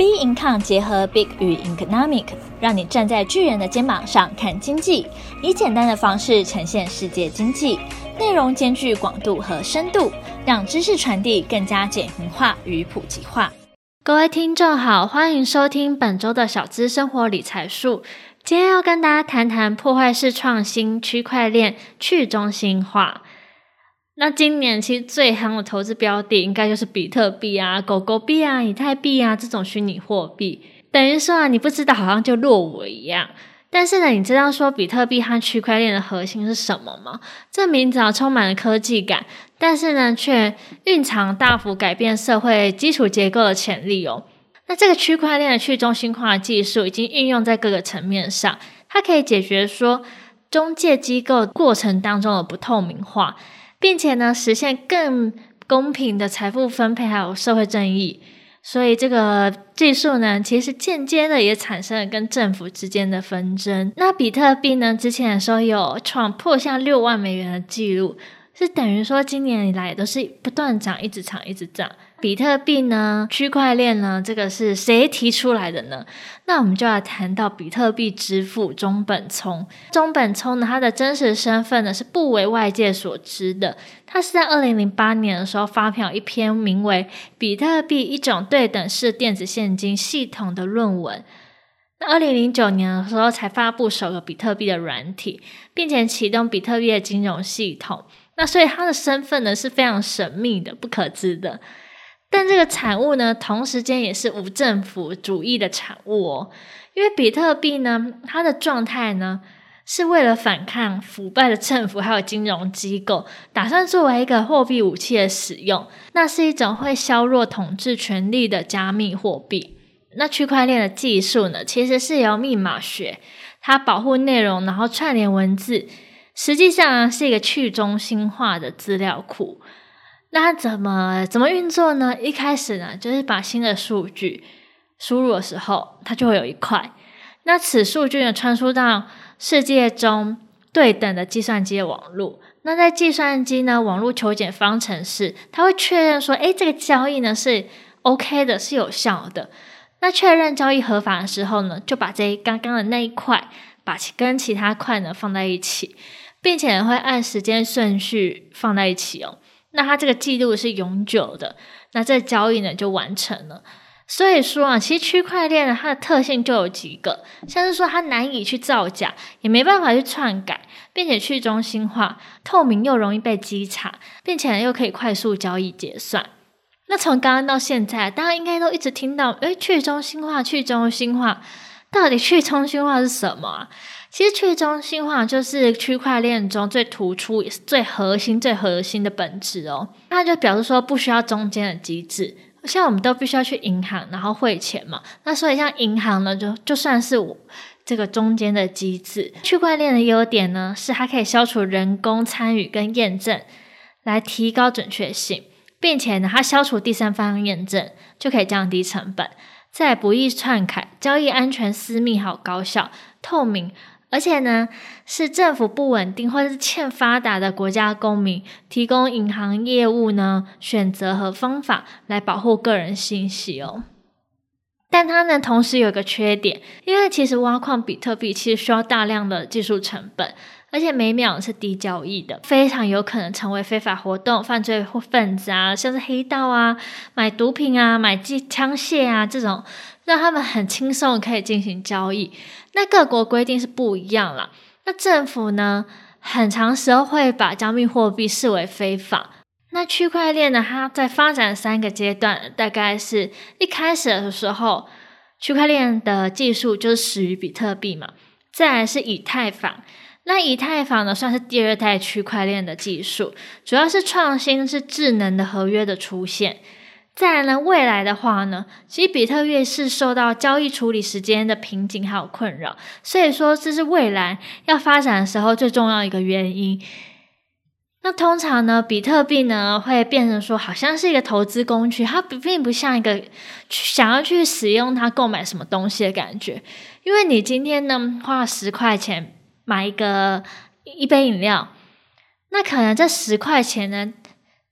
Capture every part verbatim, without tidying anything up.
B Income 结合 Big 与 Economic， 让你站在巨人的肩膀上看经济，以简单的方式呈现世界经济，内容兼具广度和深度，让知识传递更加简明化与普及化。 各位听众好，欢迎收听本周的小资生活理财树。今天要跟大家谈谈破坏式创新、区块链、去中心化。那今年其实最夯的投资标的应该就是比特币啊、狗狗币啊、以太币啊这种虚拟货币。等于说啊，你不知道好像就落伍一样。但是呢，你知道说比特币和区块链的核心是什么吗？这名字啊充满了科技感，但是呢却蕴藏大幅改变社会基础结构的潜力哦。那这个区块链的去中心化技术已经运用在各个层面上，它可以解决说中介机构过程当中的不透明化，并且呢实现更公平的财富分配还有社会正义。所以这个技术呢其实间接的也产生了跟政府之间的纷争。那比特币呢之前的时候有创破下六万美元的记录，是等于说今年以来都是不断涨，一直涨一直涨。比特币呢，区块链呢，这个是谁提出来的呢？那我们就要谈到比特币之父中本聪。中本聪呢，他的真实身份呢是不为外界所知的。他是在二零零八年的时候发表一篇名为《比特币一种对等式电子现金系统》的论文。那二零零九年的时候才发布首个比特币的软体，并且启动比特币的金融系统。那所以他的身份呢是非常神秘的、不可知的。但这个产物呢，同时间也是无政府主义的产物哦。因为比特币呢，它的状态呢，是为了反抗腐败的政府还有金融机构，打算作为一个货币武器的使用。那是一种会削弱统治权力的加密货币。那区块链的技术呢，其实是由密码学，它保护内容，然后串联文字，实际上啊是一个去中心化的资料库。那它怎么怎么运作呢？一开始呢，就是把新的数据输入的时候，它就会有一块。那此数据呢，传输到世界中对等的计算机的网络。那在计算机呢，网络求解方程式，它会确认说，诶，这个交易呢是 OK 的，是有效的。那确认交易合法的时候呢，就把这刚刚的那一块，把跟其他块呢放在一起，并且会按时间顺序放在一起哦。那它这个记录是永久的，那这交易呢就完成了。所以说啊，其实区块链呢它的特性就有几个，像是说它难以去造假，也没办法去篡改，并且去中心化、透明又容易被稽查，并且又可以快速交易结算。那从刚刚到现在，大家应该都一直听到，诶，去中心化、去中心化，到底去中心化是什么啊？其实去中心化就是区块链中最突出也是最核心最核心的本质哦。它就表示说不需要中间的机制，像我们都必须要去银行然后汇钱嘛，那所以像银行呢就就算是我这个中间的机制。区块链的优点呢是它可以消除人工参与跟验证，来提高准确性，并且呢它消除第三方验证，就可以降低成本，再不易篡改，交易安全、私密好高效、透明。而且呢，是政府不稳定或是欠发达的国家公民提供银行业务呢选择和方法来保护个人信息哦。但它呢同时有一个缺点，因为其实挖矿比特币其实需要大量的技术成本，而且每秒是低交易的，非常有可能成为非法活动、犯罪分子啊，像是黑道啊、买毒品啊、买枪械啊这种，让他们很轻松可以进行交易。那各国规定是不一样啦，那政府呢很长时候会把加密货币视为非法。那区块链呢它在发展三个阶段，大概是一开始的时候区块链的技术就是始于比特币嘛，再来是以太坊。那以太坊呢算是第二代区块链的技术，主要是创新是智能的合约的出现。再来呢，未来的话呢，其实比特币是受到交易处理时间的瓶颈还有困扰，所以说这是未来要发展的时候最重要的一个原因。那通常呢，比特币呢会变成说好像是一个投资工具，它并不像一个想要去使用它购买什么东西的感觉。因为你今天呢花十块钱买一个一杯饮料，那可能这十块钱呢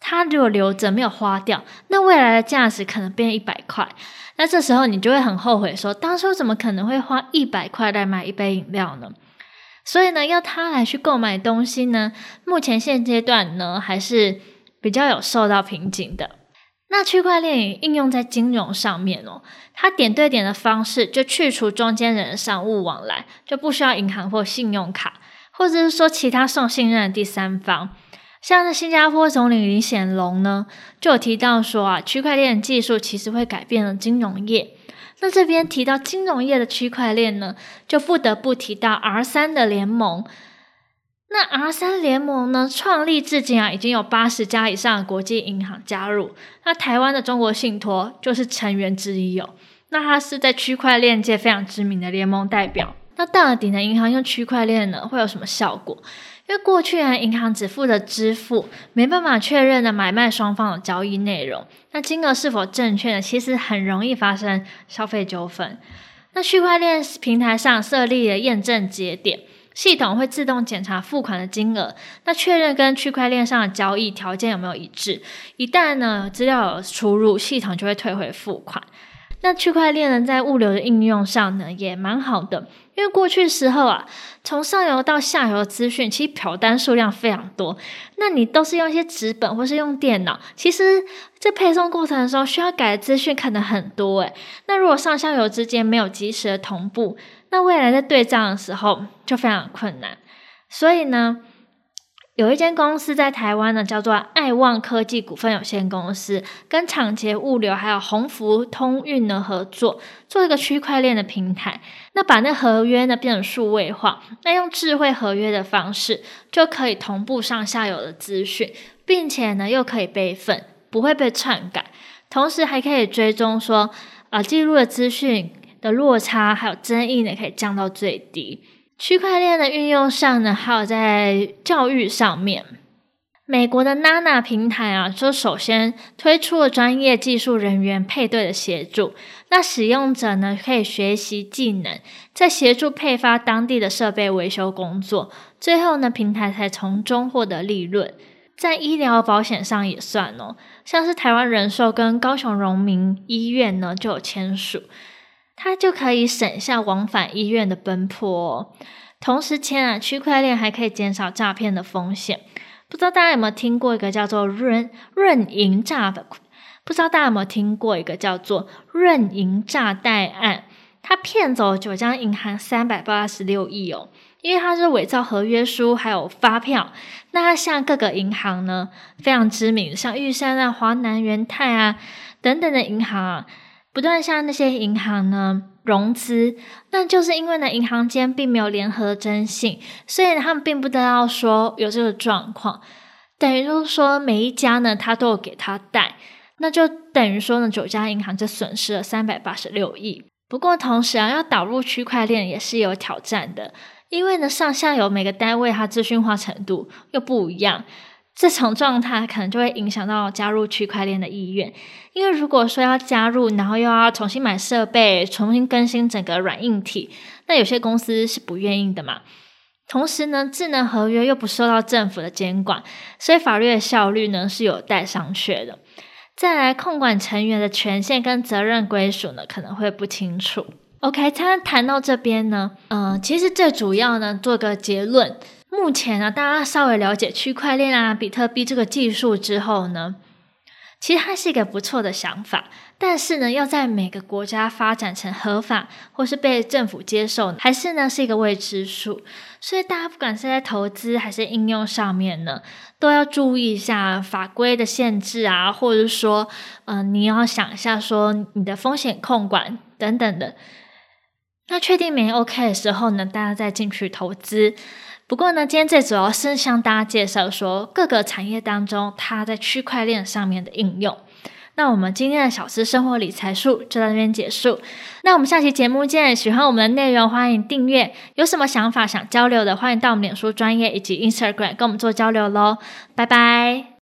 它如果留着没有花掉，那未来的价值可能变一百块，那这时候你就会很后悔说，当初怎么可能会花一百块来买一杯饮料呢？所以呢，要他来去购买东西呢，目前现阶段呢还是比较有受到瓶颈的。那区块链也应用在金融上面哦，它点对点的方式就去除中间人的商务往来，就不需要银行或信用卡，或者是说其他受信任的第三方。像是新加坡总理李显龙呢，就有提到说啊，区块链技术其实会改变了金融业。那这边提到金融业的区块链呢，就不得不提到 R 三 的联盟。那 R 三 联盟呢，创立至今啊，已经有八十家以上的国际银行加入。那台湾的中国信托就是成员之一哦。那它是在区块链界非常知名的联盟代表。那到底呢，银行用区块链呢，会有什么效果？因为过去啊，银行只负责支付，没办法确认的买卖双方的交易内容，那金额是否正确呢？其实很容易发生消费纠纷。那区块链平台上设立了验证节点，系统会自动检查付款的金额，那确认跟区块链上的交易条件有没有一致。一旦呢资料有出入，系统就会退回付款。那区块链呢，在物流的应用上呢，也蛮好的，因为过去时候啊，从上游到下游的资讯，其实表单数量非常多，那你都是用一些纸本或是用电脑，其实在配送过程的时候需要改的资讯可能很多诶，那如果上下游之间没有及时的同步，那未来在对账的时候就非常困难。所以呢，有一间公司在台湾呢，叫做爱旺科技股份有限公司，跟长捷物流还有鸿福通运呢合作，做一个区块链的平台。那把那合约呢变成数位化，那用智慧合约的方式，就可以同步上下游的资讯，并且呢又可以备份，不会被篡改，同时还可以追踪说，呃，记录的资讯的落差还有争议呢，可以降到最低。区块链的运用上呢，还有在教育上面，美国的 Nana 平台啊，就首先推出了专业技术人员配对的协助，那使用者呢可以学习技能，再协助配发当地的设备维修工作，最后呢平台才从中获得利润。在医疗保险上也算哦，像是台湾人寿跟高雄荣民医院呢就有签署，它就可以省下往返医院的奔波哦。同时间啊，区块链还可以减少诈骗的风险。不知道大家有没有听过一个叫做润润银诈，不知道大家有没有听过一个叫做润银诈贷案？它骗走九家银行三百八十六亿哦，因为它是伪造合约书还有发票。那它向各个银行呢非常知名，像玉山啊、华南、元泰啊等等的银行啊，不断向那些银行呢融资，但就是因为呢银行间并没有联合征信，所以他们并不知道说有这个状况，等于就是说每一家呢他都有给他贷，那就等于说呢九家银行就损失了三百八十六亿。不过同时啊，要导入区块链也是有挑战的，因为呢上下游每个单位它资讯化程度又不一样，这种状态可能就会影响到加入区块链的意愿。因为如果说要加入，然后又要重新买设备，重新更新整个软硬体，那有些公司是不愿意的嘛。同时呢，智能合约又不受到政府的监管，所以法律的效率呢是有待商榷的。再来，控管成员的权限跟责任归属呢可能会不清楚。OK， 他谈到这边呢，呃，其实最主要呢做个结论。目前呢，大家稍微了解区块链啊、比特币这个技术之后呢，其实它是一个不错的想法，但是呢，要在每个国家发展成合法或是被政府接受，还是呢是一个未知数。所以大家不管是在投资还是应用上面呢，都要注意一下法规的限制啊，或者说，呃，你要想一下说你的风险控管等等的。那确定没 OK 的时候呢，大家再进去投资。不过呢，今天最主要是向大家介绍说各个产业当中它在区块链上面的应用。那我们今天的小资生活理财术就到这边结束。那我们下期节目见，喜欢我们的内容欢迎订阅，有什么想法想交流的，欢迎到我们脸书专页以及 Instagram 跟我们做交流咯。拜拜。